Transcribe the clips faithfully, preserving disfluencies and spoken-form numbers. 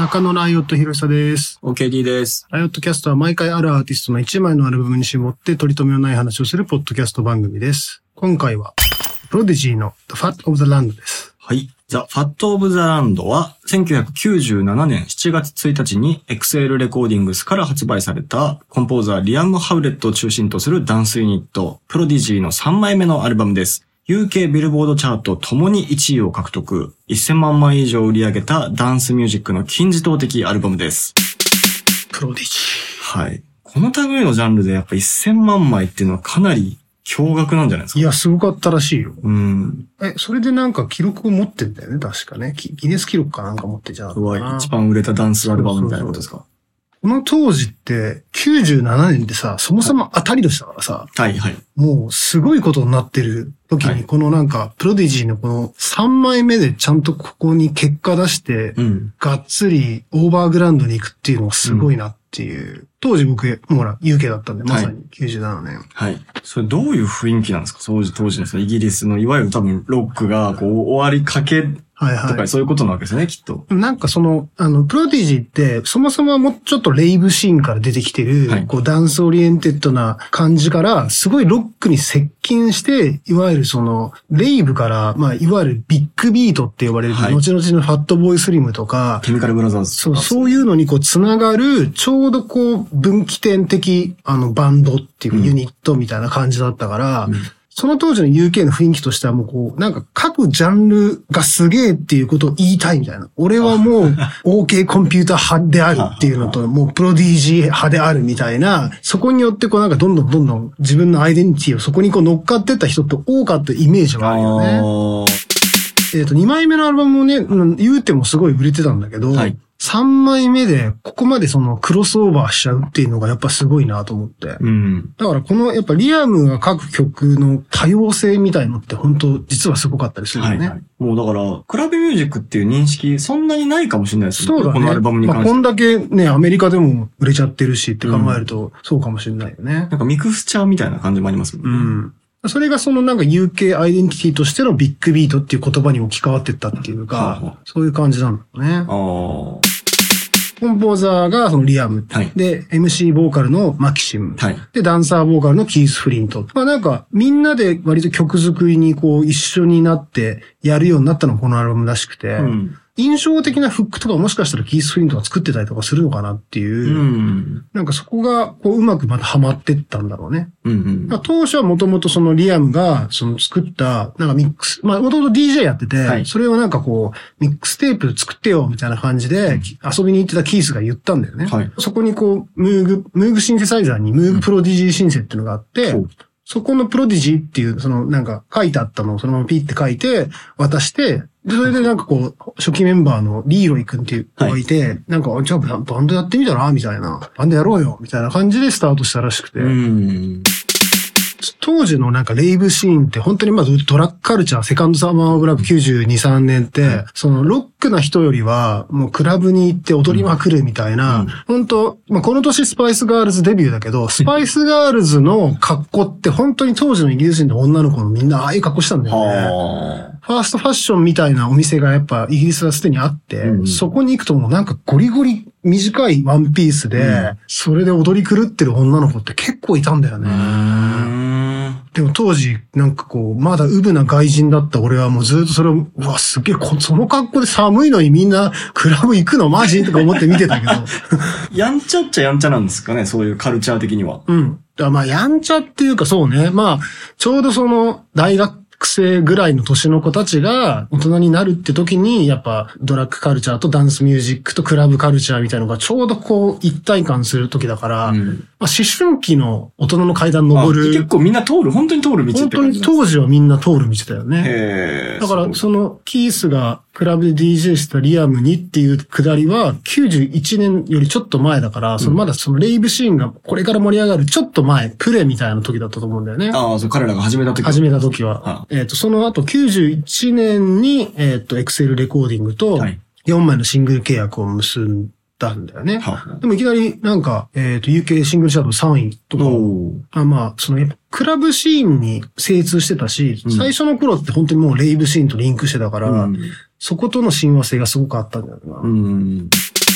中野ライオットひろひさです。 オーケーディー です。 ライオットキャストは毎回あるアーティストのいちまいのアルバムに絞って取り留めのない話をするポッドキャスト番組です。今回は、プロディジーの The Fat of the Land です。 はい。The Fat of the Land はせんきゅうひゃくきゅうじゅうななねんしちがつついたちに エックスエル レコーディングスから発売されたコンポーザーリアム・ハウレットを中心とするダンスユニット、プロディジーのさんまいめのアルバムです。ユーケー ビルボードチャートともにいちいを獲得、せんまんまい以上売り上げたダンスミュージックの金字塔的アルバムです。 プロディジー。はい。この類のジャンルでやっぱせんまんまいっていうのはかなり驚愕なんじゃないですか。 いや、すごかったらしいよ。 うん。 え、それでなんか記録を持ってんだよね、確かね。ギネス記録かなんか持ってじゃあ。 うわ、一番売れたダンスアルバムみたいなことですか。そうそうそう、 この当時ってきゅうじゅうななねんでさ、そもそも当たり年だからさ。 はいはい。 もうすごいことになってる時に、このなんか、プロディジーのこのさんまいめでちゃんとここに結果出して、うん、がっつりオーバーグラウンドに行くっていうのがすごいなっていう。うん、当時僕、もうほら、ユーケー だったんで、まさにきゅうじゅうななねん。 はい。はい、それどういう雰囲気なんですか？当時、当時のそのイギリスのいわゆる多分ロックがこう終わりかけ、はいはい。とかそういうことなわけですね、きっと。 なんかその、あの、プロディジーって、そもそもはもうちょっとレイブシーンから出てきてる、はい、こう、ダンスオリエンテッドな感じから、すごいロックに接近して、いわゆるその、レイブから、まあ、いわゆるビッグビートって呼ばれる、はい、後々のファットボーイスリムとか、 ケミカルブラザーズそう、そういうのにこう、つながる、ちょうどこう、分岐点的、あの、バンドっていうユニットみたいな感じだったから、うんうん、その当時の ユーケー の雰囲気としてはもうこう、なんか各ジャンルがすげえっていうことを言いたいみたいな。俺はもう オーケー コンピューター派であるっていうのと、もうプロディージー派であるみたいな、そこによってこうなんかどんどんどんどん自分のアイデンティティをそこにこう乗っかってった人って多かったイメージがあるよね。えっと、にまいめのアルバムもね、言うてもすごい売れてたんだけど、はい、さんまいめでここまでそのクロスオーバーしちゃうっていうのがやっぱすごいなと思って。うん、だからこのやっぱリアムが書く曲の多様性みたいのって本当実はすごかったりするよね。はいはい、 もうだからクラブミュージックっていう認識そんなにないかもしれないですね。 そうだね。 このアルバムに関して。 まあ、こんだけね、アメリカでも売れちゃってるしって考えるとそうかもしれないよね。うん、 なんかミクスチャーみたいな感じもありますもんね。うんそれがそのなんか ユーケー アイデンティティとしてのビッグビートっていう言葉に置き換わってったっていうか、はあ、そういう感じなんだね。あコンポーザーがそのリアム、はい、で エムシー ボーカルのマキシム、はい、でダンサーボーカルのキース・フリント。まあなんかみんなで割と曲作りにこう一緒になってやるようになったのがこのアルバムらしくて、うん、印象的なフックとかもしかしたらキース・フリントが作ってたりとかするのかなっていう、うん、なんかそこがこううまくまたハマってったんだろうね。うんうん、当初はもともとそのリアムがその作ったなんかミックス、まあもともと ディージェー やってて、はい、それをなんかこうミックステープ作ってよみたいな感じで遊びに行ってたキースが言ったんだよね。はい、そこにこうムーグ、ムーグシンセサイザーにムーグプロディジーシンセっていうのがあって、うんそこのプロディジーっていう、そのなんか書いてあったのをそのままピッて書いて渡して、で、それでなんかこう、初期メンバーのリーロイ君っていう子がいて、はい、なんか、じゃあバンドやってみたらみたいな。バンドやろうよみたいな感じでスタートしたらしくて。うん当時のなんかレイブシーンって本当にまずドラッグカルチャー、セカンドサマーオブラブきゅうじゅうに、さんねんって、うん、そのロックな人よりはもうクラブに行って踊りまくるみたいな、うん、本当、まあ、この年スパイスガールズデビューだけど、スパイスガールズの格好って本当に当時のイギリス人の女の子のみんなああいう格好したんだよね。ファーストファッションみたいなお店がやっぱイギリスはすでにあって、うん、そこに行くともうなんかゴリゴリ短いワンピースで、うん、それで踊り狂ってる女の子って結構いたんだよね。でも当時、なんかこう、まだウブな外人だった俺はもうずっとそれを、うわ、すげえ、その格好で寒いのにみんなクラブ行くのマジとか思って見てたけど。 やんちゃっちゃやんちゃなんですかね、そういうカルチャー的には。 うん。まあ、やんちゃっていうかそうね。まあ、ちょうどその、大学、学生ぐらいの年の子たちが大人になるって時にやっぱドラッグカルチャーとダンスミュージックとクラブカルチャーみたいなのがちょうどこう一体感する時だから、うん、まあ、思春期の大人の階段登る。 結構みんな通る、本当に通る道って本当に当時はみんな通る道だよね。へだからそのキースがクラブで ディージェー したリアムにっていうくだりはきゅうじゅういちねんよりちょっと前だから、うん、そのまだそのレイブシーンがこれから盛り上がるちょっと前、プレみたいな時だったと思うんだよね。 ああ、そう彼らが始めた時は。 始めた時は。はえっ、ー、と、その後きゅうじゅういちねんに、えっ、ー、と、エクセル レコーディングとよんまいのシングル契約を結んだんだよね。はでもいきなりなんか、えっ、ー、と、ユーケー シングルチャートさんいとか、あまあ、そのやっぱクラブシーンに精通してたし、うん、最初の頃って本当にもうレイブシーンとリンクしてたから、うん、そことの親和性がすごくあったんだよな。うん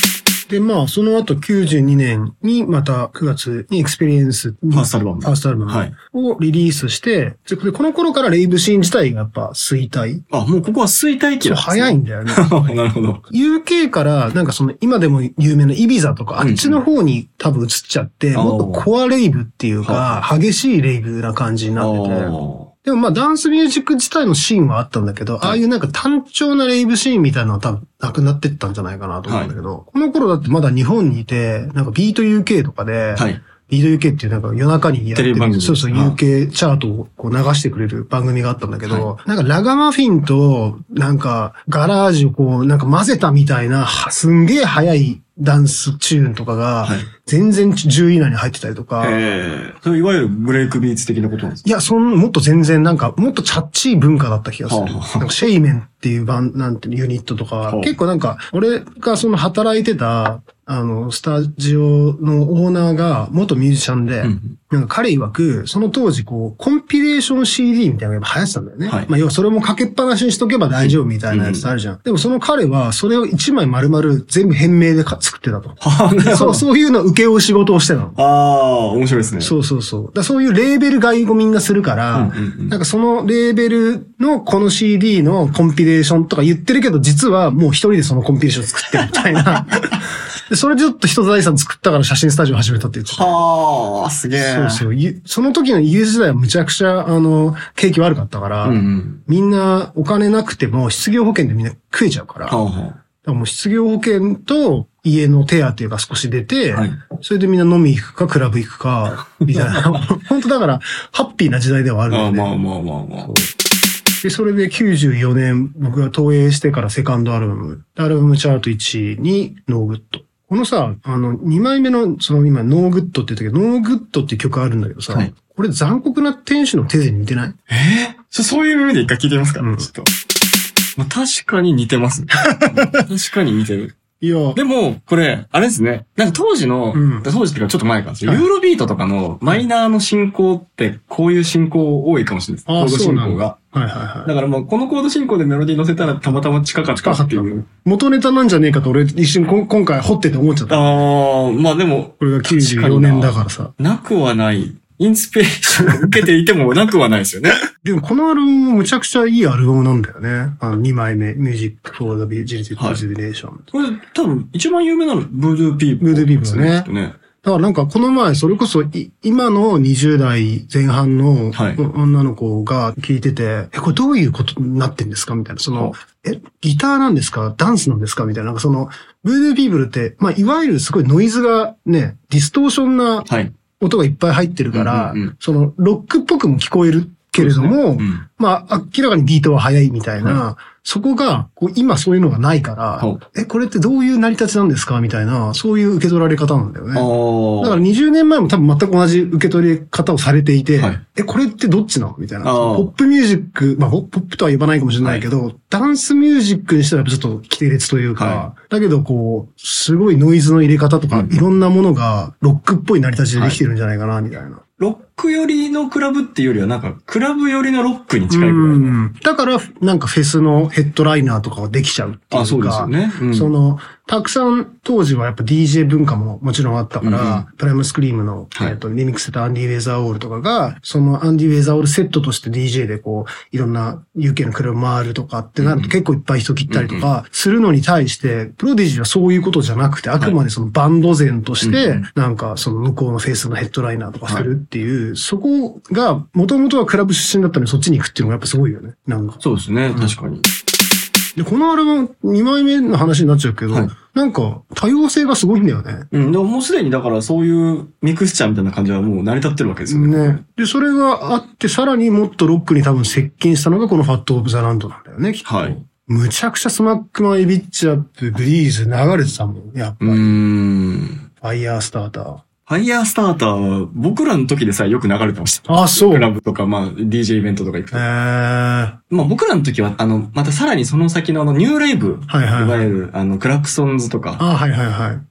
で、まあ、その後きゅうじゅうにねんにまたくがつにエクスペリエンス。ファーストアルバム。 ファーストアルバムをリリースして、で、この頃からレイブシーン自体がやっぱ衰退。 あ、もうここは衰退期だ。 そう、早いんだよね。 なるほど。 ユーケー からなんかその今でも有名なイビザとか、あっちの方に多分移っちゃって、うん、もっとコアレイブっていうか、激しいレイブな感じになってて。でもまあダンスミュージック自体のシーンはあったんだけど、ああいうなんか単調なレイブシーンみたいなのは多分なくなってったんじゃないかなと思うんだけど、はい、この頃だってまだ日本にいて、なんかビート ユーケー とかで、はい、ビート ユーケー っていうなんか夜中にやってる、そうそう ユーケー チャートをこう流してくれる番組があったんだけど、はい、なんかラガマフィンとなんかガラージをこうなんか混ぜたみたいな、すんげえ速いダンスチューンとかが、全然じゅうい以内に入ってたりとか。 はい、へそれいわゆるブレイクビーツ的なことなんですか？ いや、そん、もっと全然なんか、もっとチャッチー文化だった気がする。はあ、なんかシェイメンっていうバン、なんてユニットとか、はあ、結構なんか、俺がその働いてた、あの、スタジオのオーナーが元ミュージシャンで、うん、なんか彼曰く、その当時こう、コンピレーション シーディー みたいなのが流行ってたんだよね。はい、まあ要はそれもかけっぱなしにしとけば大丈夫みたいなやつあるじゃん。うん、でもその彼は、それを一枚丸々全部変名で作ってたと。はあ、そう、そういうの受け負う仕事をしてたの。 ああ、面白いですね。 そうそうそう。だそういうレーベル買いをみんなするから、うんうんうん、なんかそのレーベルのこの シーディー のコンピレーションとか言ってるけど、実はもう一人でそのコンピレーション作ってるみたいな。でそれでちょっと人財産作ったから写真スタジオ始めたって言ってた。 はあ、すげえ。 そうそう。その時のイギリス時代はむちゃくちゃ、あの、景気悪かったから、うんうん、みんなお金なくても失業保険でみんな食えちゃうから、はあはあ、だからもう失業保険と家の手当が少し出て、はい、それでみんな飲み行くかクラブ行くか、みたいな。本当だから、ハッピーな時代ではあるんで。 あまあまあまあまあ。 で、それできゅうじゅうよねん、僕が投影してからセカンドアルバム、アルバムチャートいちいにノーグッド。このさ、あの、にまいめの、その今、ノーグッドって言ったけど、ノーグッドっていう曲あるんだけどさ、はい、これ残酷な天使のテーゼに似てない？ えー、そそういう意味で一回聞いてみますか、うん、ちょっと。まあ、確かに似てます。確かに似てる。いや。でも、これ、あれですね。なんか当時の、うん、当時っていうかちょっと前か、はい、ユーロビートとかのマイナーの進行って、こういう進行多いかもしれないです。コード進行が。はいはいはい。だからもう、このコード進行でメロディー乗せたらたまたま近かったっていう。 元ネタなんじゃねえかと俺一瞬こ今回掘ってて思っちゃった。 ああ、まあでも。 これがきゅうじゅうよねんだからさ。 なくはない。インスピレーションを受けていてもなくはないですよね。 でもこのアルバムもむちゃくちゃいいアルバムなんだよね。あのにまいめ、Music for the Digital Generation。 これ多分一番有名なのブードゥーピープル。 ブードゥーピープルね。ね。だからなんかこの前それこそ今のにじゅう代前半の女の子が聞いてて、はい、え、これどういうことになってんですかみたいな。その、え、ギターなんですかダンスなんですかみたいな。なんかその、ブードゥーピープルって、まあいわゆるすごいノイズがね、ディストーションな、はい音がいっぱい入ってるから、うんうんうん、その、ロックっぽくも聞こえるけれども、ねうん、まあ、明らかにビートは速いみたいな、はい、そこが、こう今そういうのがないから、はい、え、これってどういう成り立ちなんですかみたいな、そういう受け取られ方なんだよね。だからにじゅうねんまえも多分全く同じ受け取り方をされていて、はい、え、これってどっちなのみたいな。ポップミュージック、まあ、ポップとは言わないかもしれないけど、はい、ダンスミュージックにしてはちょっと規定列というか、はい、だけどこう、すごいノイズの入れ方とか、うん、いろんなものがロックっぽい成り立ちでできてるんじゃないかな、みたいな。 ロック寄りのクラブっていうよりはなんか、クラブ寄りのロックに近いぐらい。うん。 だから、なんかフェスのヘッドライナーとかができちゃうっていうか。あ、そうですよね。うん、その、たくさん当時はやっぱ ディージェー 文化ももちろんあったから、うんうん、プライムスクリームの、はい、えっと、リミックスしたアンディ・ウェザーオールとかが、そのアンディ・ウェザーオールセットとして ディージェー でこう、いろんな ユーケー のクラブ回るとかってなると結構いっぱい人切ったりとかするのに対して、プロディジーはそういうことじゃなくて、あくまでそのバンド前として、なんかその向こうのフェイスのヘッドライナーとかするっていう、はい、そこが、もともとはクラブ出身だったのにそっちに行くっていうのがやっぱすごいよね。なんか。 そうですね、うん、確かに。 で、このアルバムにまいめの話になっちゃうけど、はい、なんか多様性がすごいんだよね。 うん、でももうすでにだからそういうミクスチャーみたいな感じはもう成り立ってるわけですよね。 ね。で、それがあって、さらにもっとロックに多分接近したのがこのファットオブザランドなんだよね、きっと。はい。むちゃくちゃスマックマイビッチアップ、ブリーズ流れてたもん、やっぱり。うーん。ファイヤースターター。 ファイヤースターターは僕らの時でさえよく流れてました。 あ、そう。 クラブとか、まあ、ディージェー イベントとか行くと。へー。まあ僕らの時は、あの、またさらにその先のあの、ニューレイブ。はいはい、はい。いわゆる、あの、クラクソンズとか。 あ、はいはいはい。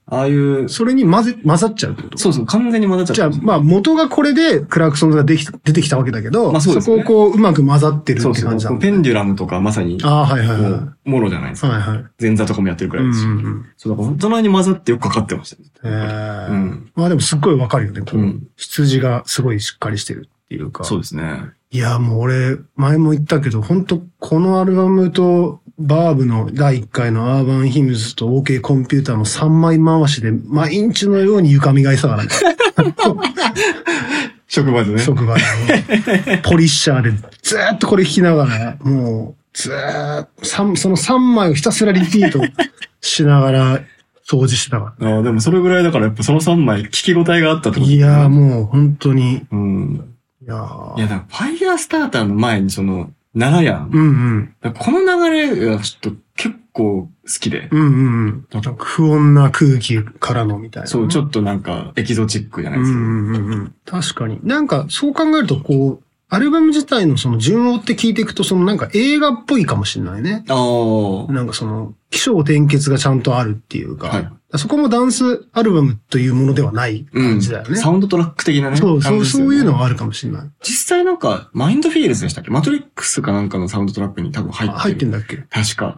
ああいう。 それに混ぜ、混ざっちゃうってこと？ そうそう、完全に混ざっちゃう。 じゃあ、まあ元がこれでクラクソンズができ出てきたわけだけど、まあそうですね、そこをこううまく混ざってるって感じだ、ね。そうそう。 ペンデュラムとかまさに。 ああ、はいはいはい。 もろじゃないですか。はいはい。前座とかもやってるくらいですし。うんうん、そう、だから大人に混ざってよくかかってましたね。へえ。うん。まあでもすっごいわかるよね。こう、うん、羊がすごいしっかりしてるっていうか。 そうですね。 いや、もう俺、前も言ったけど、本当このアルバムと、バーブのだいいっかいのアーバンヒムズと OK コンピューターのさんまい回しで毎日のように床磨いてたからね。 職場でね。 職場で。ポリッシャーでずーっとこれ弾きながら、もうずーっとそのさんまいをひたすらリピートしながら掃除してたから、 ね。ああ、でもそれぐらいだからやっぱそのさんまい聞き応えがあったってことですね。 いやーもう本当に。 うん。いやー。いや、だからファイヤースターターの前にその、奈良やん。 うんうん。 この流れがちょっと結構好きで。 うんうんうん。なんか不穏な空気からのみたいな。 そう、ちょっとなんかエキゾチックじゃないですか。 うんうんうん。確かに。なんかそう考えるとこう、アルバム自体のその順を追って聞いていくとそのなんか映画っぽいかもしれないね。ああ。なんかその、起承転結がちゃんとあるっていうか。はい。そこもダンスアルバムというものではない感じだよね。うん、 サウンドトラック的なね。 そう、そう、そういうのはあるかもしれない。 実際なんか、マインドフィールズでしたっけ？マトリックスかなんかのサウンドトラックに多分入ってる。 入ってんだっけ？ 確か。 うん。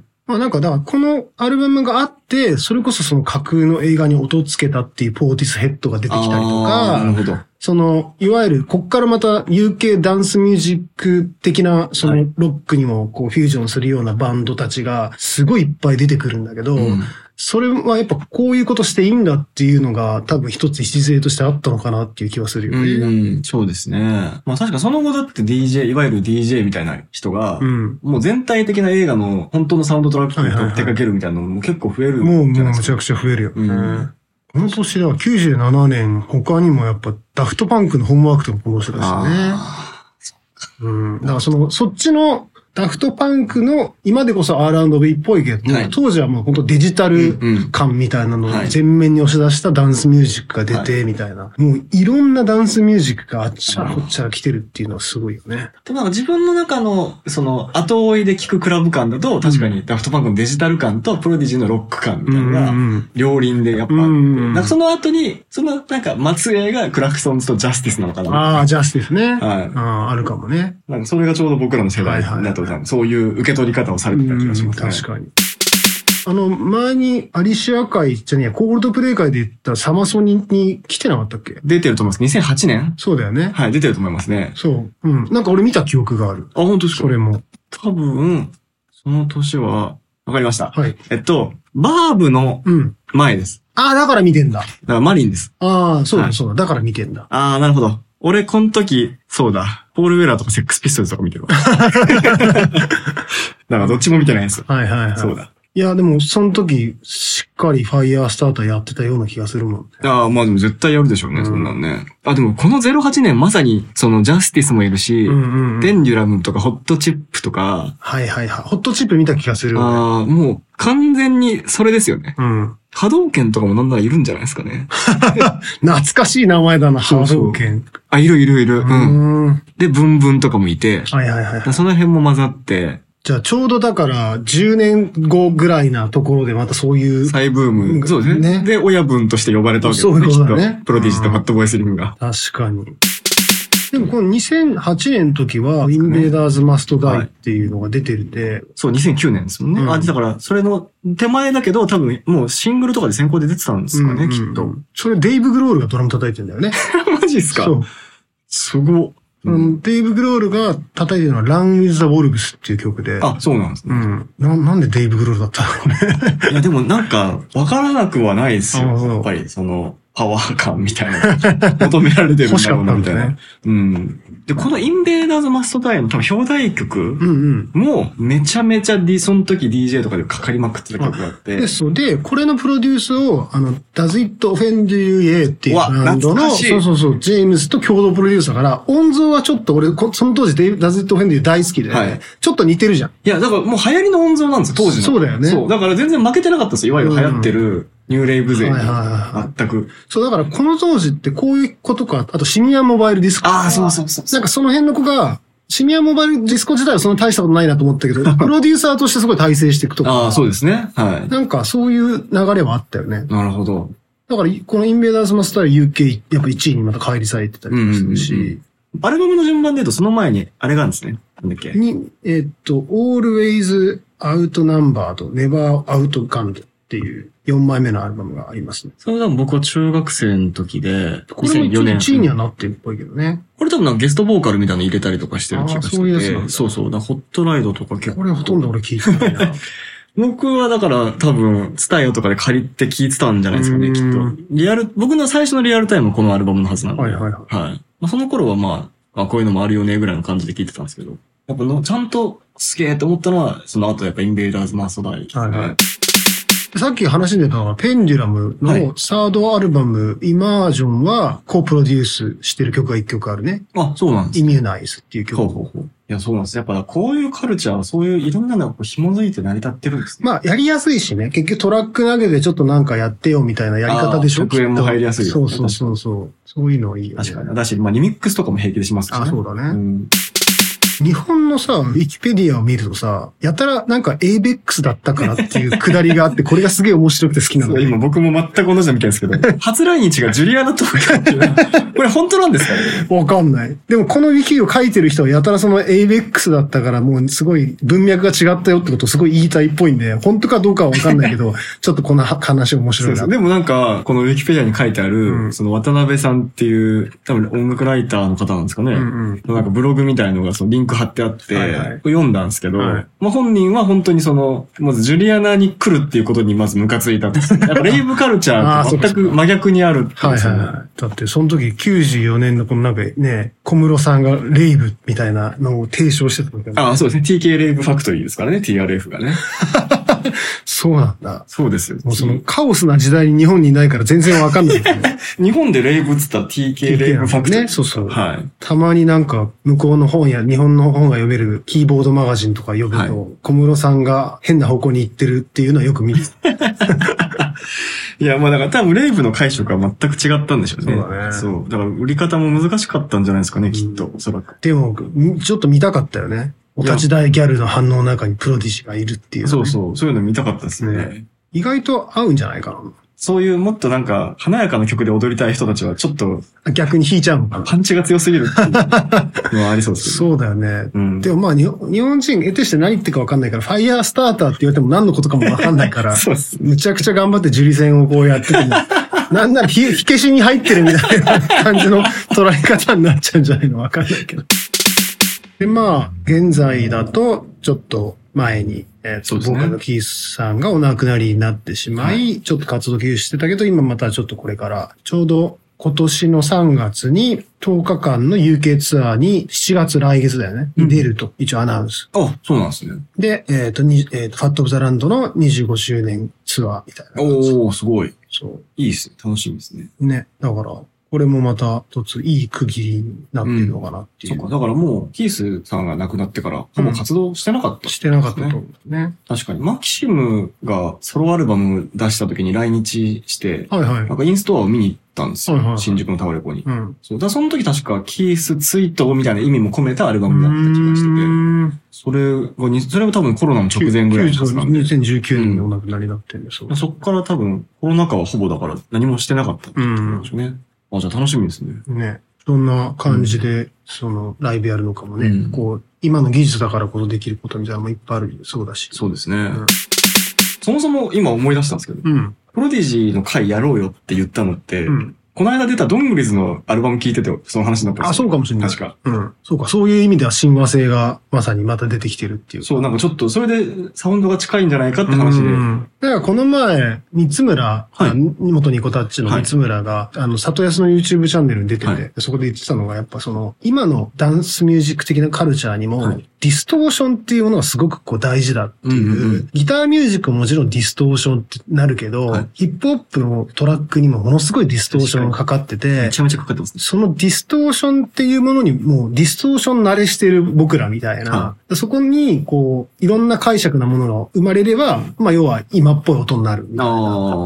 まあなんか、だからこのアルバムがあって、それこそその架空の映画に音をつけたっていうポーティスヘッドが出てきたりとか、 なるほど。 その、いわゆる、こっからまた ユーケー ダンスミュージック的な、そのロックにもこうフュージョンするようなバンドたちがすごいいっぱい出てくるんだけど、うん、それはやっぱこういうことしていいんだっていうのが多分一つ礎としてあったのかなっていう気はするよね。 うん、そうですね。まあ確かその後だって ディージェー、いわゆる ディージェー みたいな人が、うん、もう全体的な映画の本当のサウンドトラックに手掛けるみたいなのも結構増えるじゃないですか。 もう、もうめちゃくちゃ増えるよね。うんこの年ではきゅうじゅうななねん、他にもやっぱダフトパンクのホームワークとかこの人だしね。ああ、そっか。うん。だからその、そっちのダフトパンクの今でこそ アールアンドビー っぽいけど、はい、当時はもう本当デジタル感みたいなのを前面に押し出したダンスミュージックが出て、みたいな、はい。もういろんなダンスミュージックがあっちゃらこっちゃら来てるっていうのはすごいよね。 でもなんか自分の中の、その後追いで聴くクラブ感だと、確かにダフトパンクのデジタル感とプロディジーのロック感みたいなのが、両輪でやっぱあって、なんかその後に、そのなんか末裔がクラクソンズとジャスティスなのかな。 ああ、ジャスティスね。はい。ああ、あるかもね。 なんかそれがちょうど僕らの世代だと、そういう受け取り方をされてた気がしますね。 確かに。あの、前にアリシア会じゃねえや、コールドプレイ会で言ったサマソニに来てなかったっけ？ 出てると思います。にせんはちねん？ そうだよね。 はい、出てると思いますね。 そう。うん。なんか俺見た記憶がある。 あ、本当ですか？ それも。 多分、その年は、わかりました。 はい。 えっと、バーブの前です。 うん、ああ、だから見てんだ。だからマリンです。 ああ、そうだそうだ、はい。だから見てんだ。 ああ、なるほど。俺、この時、そうだ。ポール・ウェラーとかセックスピストルズとか見てるわ。だからどっちも見てないんですよ。 はいはいはい。 そうだ。 いや、でも、その時、しっかりファイヤースターターやってたような気がするもん、ね。 ああ、まあでも絶対やるでしょうね、うん、そんなんね。あ、でもこのゼロはちねんまさに、そのジャスティスもいるし、うんうんうん、デンデュラムとかホットチップとか。 はいはいはい。ホットチップ見た気がするよね。 ああ、もう完全にそれですよね。うん。波動拳とかもなんならいるんじゃないですかね。 懐かしい名前だな、波動拳。 あ、いるいるいる。うん。うん、で、ブンブンとかもいて。 はいはいはい、はい。 その辺も混ざって。 じゃあちょうどだからじゅうねんごぐらいなところでまたそういう。 再ブーム。そうですね。ねで、親分として呼ばれたわけですね。 そういうことだね。 プロディジーとファットボーイスリムが。 確かに。でもこのにせんはちねんの時は、インベーダーズマストダイっていうのが出てるで、はい。 そう、にせんきゅうねんですもんね。うん、あ、だからそれの手前だけど多分もうシングルとかで先行で出てたんですかね、うんうん、きっと。 それデイブ・グロールがドラム叩いてるんだよね。 マジっすか？そう。すごっ。 うん、デイブ・グロールが叩いてるのは Run with the Wolves っていう曲で。 あ、そうなんですね。 うん。な、なんでデイブ・グロールだったのね。 いや、でもなんか、わからなくはないですよ。やっぱり、その、パワー感みたいな。求められてるんだろうな、みたいな。ね、うん。で、このインベーダーズマストダイの多分表題曲もめちゃめちゃ D、その時 ディージェー とかでかかりまくってた曲があって。 で、そう。で、これのプロデュースを、あの、Does It Offend You Yeah っていうバンドの、そうそうそう、ジェームスと共同プロデューサーから、音像はちょっと俺、その当時 Does It Offend You 大好きで、はい、ちょっと似てるじゃん。 いや、だからもう流行りの音像なんですよ、当時の。 そうだよね。 そう。だから全然負けてなかったですよ、いわゆる流行ってる。うんニューレイブ勢に。全く。 そう、だからこの当時ってこういうことか、あとシニアモバイルディスク。 ああ、そうそうそう。 なんかその辺の子が、 シミアモバイルディスコ自体はそんな大したことないなと思ったけど、プロデューサーとしてすごい大成していくとか。 ああ、そうですね。はい。 なんかそういう流れはあったよね。 なるほど。 だから、このインベーダーズマスター ユーケー、やっぱいちいにまた返り咲いてたりするし、うんうんうんうん。 アルバムの順番で言うとその前に、あれがあるんですね。なんだっけに、えー、っと、Always Outnumbered, Never Outgunned っていうよんまいめのアルバムがありますね。 それ多分僕は中学生の時で、 これもいちいにはなってるっぽいけどね。 これ多分なんかゲストボーカルみたいなの入れたりとかしてる気がしてて。 そういうやつなんだ。 そうそう。だホットライドとか結構。 これほとんど俺聞いてないな。 僕はだから多分、ツタヤとかで借りて聞いてたんじゃないですかね、きっと。リアル、僕の最初のリアルタイムはこのアルバムのはずなんで。 はいはいはい。 はい。まあ、その頃はまあ、あ、こういうのもあるよね、ぐらいの感じで聞いてたんですけど。やっぱの、ちゃんとすげえと思ったのは、その後やっぱインベーダーズマストダイ。 はいはい。さっき話に出たのは、ペンデュラムのサードアルバム、イマージョンは、コープロデュースしてる曲がいっきょくあるね。 あ、そうなんです。 イミューナイズっていう曲。 ほうほうほう。いや、そうなんです。やっぱ、こういうカルチャー、そういういろんなのがこう紐づいて成り立ってるんですね。 まあ、やりやすいしね。結局トラック投げでちょっとなんかやってよみたいなやり方でしょ。 ひゃくえんも入りやすい、ね。 そうそうそうそう。そういうのいいよね。 確かに。だし、まあ、リミックスとかも平気でしますしね。 あ、そうだね。 うん日本のさ、ウィキペディアを見るとさ、やたらなんか エイベックス だったからっていうくだりがあって、これがすげえ面白くて好きなの。 今僕も全く同じの見てるんですけど、初来日がジュリアナ・トーカーっていう。これ本当なんですかね？ わかんない。でもこのウィキを書いてる人はやたらその エイベックス だったからもうすごい文脈が違ったよってことをすごい言いたいっぽいんで、本当かどうかはわかんないけど、ちょっとこの話面白いな。 そうです。でもなんか、このウィキペディアに書いてある、うん、その渡辺さんっていう、多分音楽ライターの方なんですかね。うんうん、なんかブログみたいのがそのリンク貼ってあって、はいはい、読んだんですけど、はい、まあ本人は本当にその、まずジュリアナに来るっていうことにまずムカついたんです。やっぱレイブカルチャーと全く真逆にあるっていう。 はいはいはい。だってその時きゅうじゅうよねんのこのなんかね、小室さんがレイブみたいなのを提唱してた時、ね、 ああ、そうですね。ティーケー レイブファクトリーですからね、ティーアールエフ がね。 そうなんだ。 そうですよ。 もうそのカオスな時代に日本にいないから全然わかんない、ね。 日本でレイブって言ったら ティーケー レイブファクトリー。 ね、そうそう。 はい。 たまになんか向こうの本や日本の本が読めるキーボードマガジンとか読むと、はい、小室さんが変な方向に行ってるっていうのはよく見る。 いや、まあだから多分レイブの解釈は全く違ったんでしょうね。 そうだね。 そう。だから売り方も難しかったんじゃないですかね、きっと、おそらく。 でも、ちょっと見たかったよね。お立ち台ギャルの反応の中にプロディジがいるっていう、ね。 そうそう。そういうの見たかったですね。 ね、意外と合うんじゃないかな。 そういうもっとなんか、華やかな曲で踊りたい人たちはちょっと。 逆に弾いちゃうのかな。 パンチが強すぎるっていうのはありそうですけど。そうだよね。 うん、 でもまあ日本人、得てして何言ってるか分かんないから、ファイヤースターターって言われても何のことかも分かんないから、 そうです。 むちゃくちゃ頑張ってジュリ戦をこうやってても、なんなら火消しに入ってるみたいな感じの捉え方になっちゃうんじゃないの分かんないけど。で、まあ、現在だと、ちょっと前に、えっと、ボーカルのキースさんがお亡くなりになってしまい、はい、ちょっと活動休止してたけど、今またちょっとこれから、ちょうど今年のさんがつにとおかかんの ユーケー ツアーにしちがつ来月だよね。に出ると、一応アナウンス。 あ、そうなんですね。 で、えっと、にえっと、ファットオブザランドのにじゅうごしゅうねんツアーみたいな。 おー、すごい。 そう。 いいっすね。楽しみですね。 ね。だから、これもまた一ついい区切りになってるのかなっていう。 うん、そうか。だからもう、キースさんが亡くなってから、ほぼ活動してなかった、ねうん、してなかったと思うね。 確かに。マキシムがソロアルバム出した時に来日して、 はいはい。 なんかインストアを見に行ったんですよ。 はいはいはい、 新宿のタワレコに。 うん。 そう。だその時確かキースツイートみたいな意味も込めたアルバムだった気がしてて。うんそれが、それは多分コロナの直前ぐらいですかね。 にせんじゅうきゅうねんにお亡くなりになってるんです、 うん、そっから多分コロナ禍はほぼだから何もしてなかったってことなんでしょうね。うんあ、じゃあ楽しみですね。 ね。どんな感じで、その、ライブやるのかもね、うん、こう、今の技術だからこそできることみたいなのもいっぱいあるそうだし。 そうですね。うん、そもそも今思い出したんですけど、 うん、 プロディジーの回やろうよって言ったのって、うんこの間出たドングリズのアルバム聴いてて、その話になったんですよ。 あ、そうかもしれない。 確か。 うん。そうか、そういう意味では親和性がまさにまた出てきてるっていう。 そう、なんかちょっと、それでサウンドが近いんじゃないかって話で。うん。 だからこの前、三村、はい、元ニコタッチの三村が、はい、あの、里安の YouTube チャンネルに出てて、はい、そこで言ってたのが、やっぱその、今のダンスミュージック的なカルチャーにも、はい、ディストーションっていうものがすごくこう大事だっていう、うんうんうん、ギターミュージックももちろんディストーションってなるけど、はい、ヒップホップのトラックにもものすごいディストーションがかかってて、 めちゃめちゃかかってますね。 そのディストーションっていうものにもうディストーション慣れしてる僕らみたいな、はい、そこにこう、いろんな解釈なものが生まれれば、まあ要は今っぽい音になるみたいな。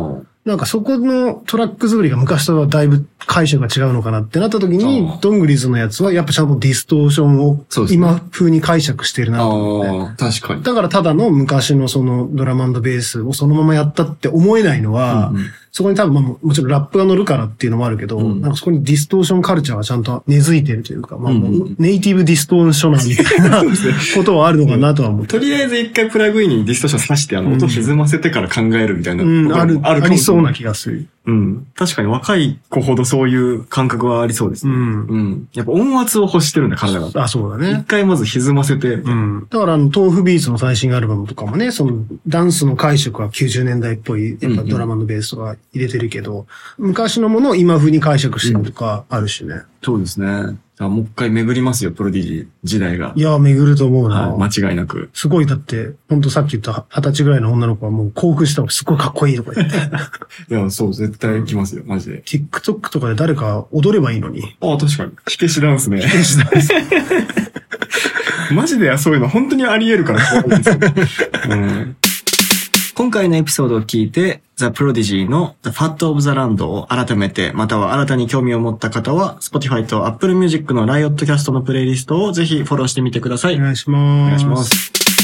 なんかそこのトラック作りが昔とはだいぶ解釈が違うのかなってなった時に、ドングリーズのやつはやっぱちゃんとディストーションを今風に解釈してるなと思って。 ね、確かに。 だからただの昔のそのドラム&ベースをそのままやったって思えないのは、うんうん、そこに多分まあもちろんラップが乗るからっていうのもあるけど、うん、なんかそこにディストーションカルチャーがちゃんと根付いてるというか、まあもうネイティブディストーショナーみたいなことはあるのかなとは思う。 とりあえず一回プラグインにディストーションさしてあの音沈ませてから考えるみたいな、 うん、ある、あるありそうな気がする。 うん。確かに若い子ほどそういう感覚はありそうですね。うん。うん。やっぱ音圧を欲してるんだ、体が。 あ、そうだね。 一回まず歪ませて。 うん。だからあの、豆腐ビーツの最新アルバムとかもね、その、ダンスの解釈はきゅうじゅうねんだいっぽい、やっぱドラマのベースとか入れてるけど、うんうん、昔のものを今風に解釈してるとかあるしね。うん、 そうですね。あ、もう一回巡りますよ、プロディジー時代が。 いや、巡ると思うな。 はい、間違いなく。 すごい、だって、ほんとさっき言った二十歳ぐらいの女の子はもう興奮したのすっごいかっこいいとか言って。 いや、そう、絶対来ますよ、マジで。 TikTok とかで誰か踊ればいいのに。 ああ、確かに。火消しダンスね。 火消しダンス。 マジでそういうの本当にあり得るから怖いですよ。うん、今回のエピソードを聞いて、The Prodigy の The Fat of the Land を改めて、または新たに興味を持った方は、Spotify と Apple Music の Riot Cast のプレイリストをぜひフォローしてみてください。 お願いします。 お願いします。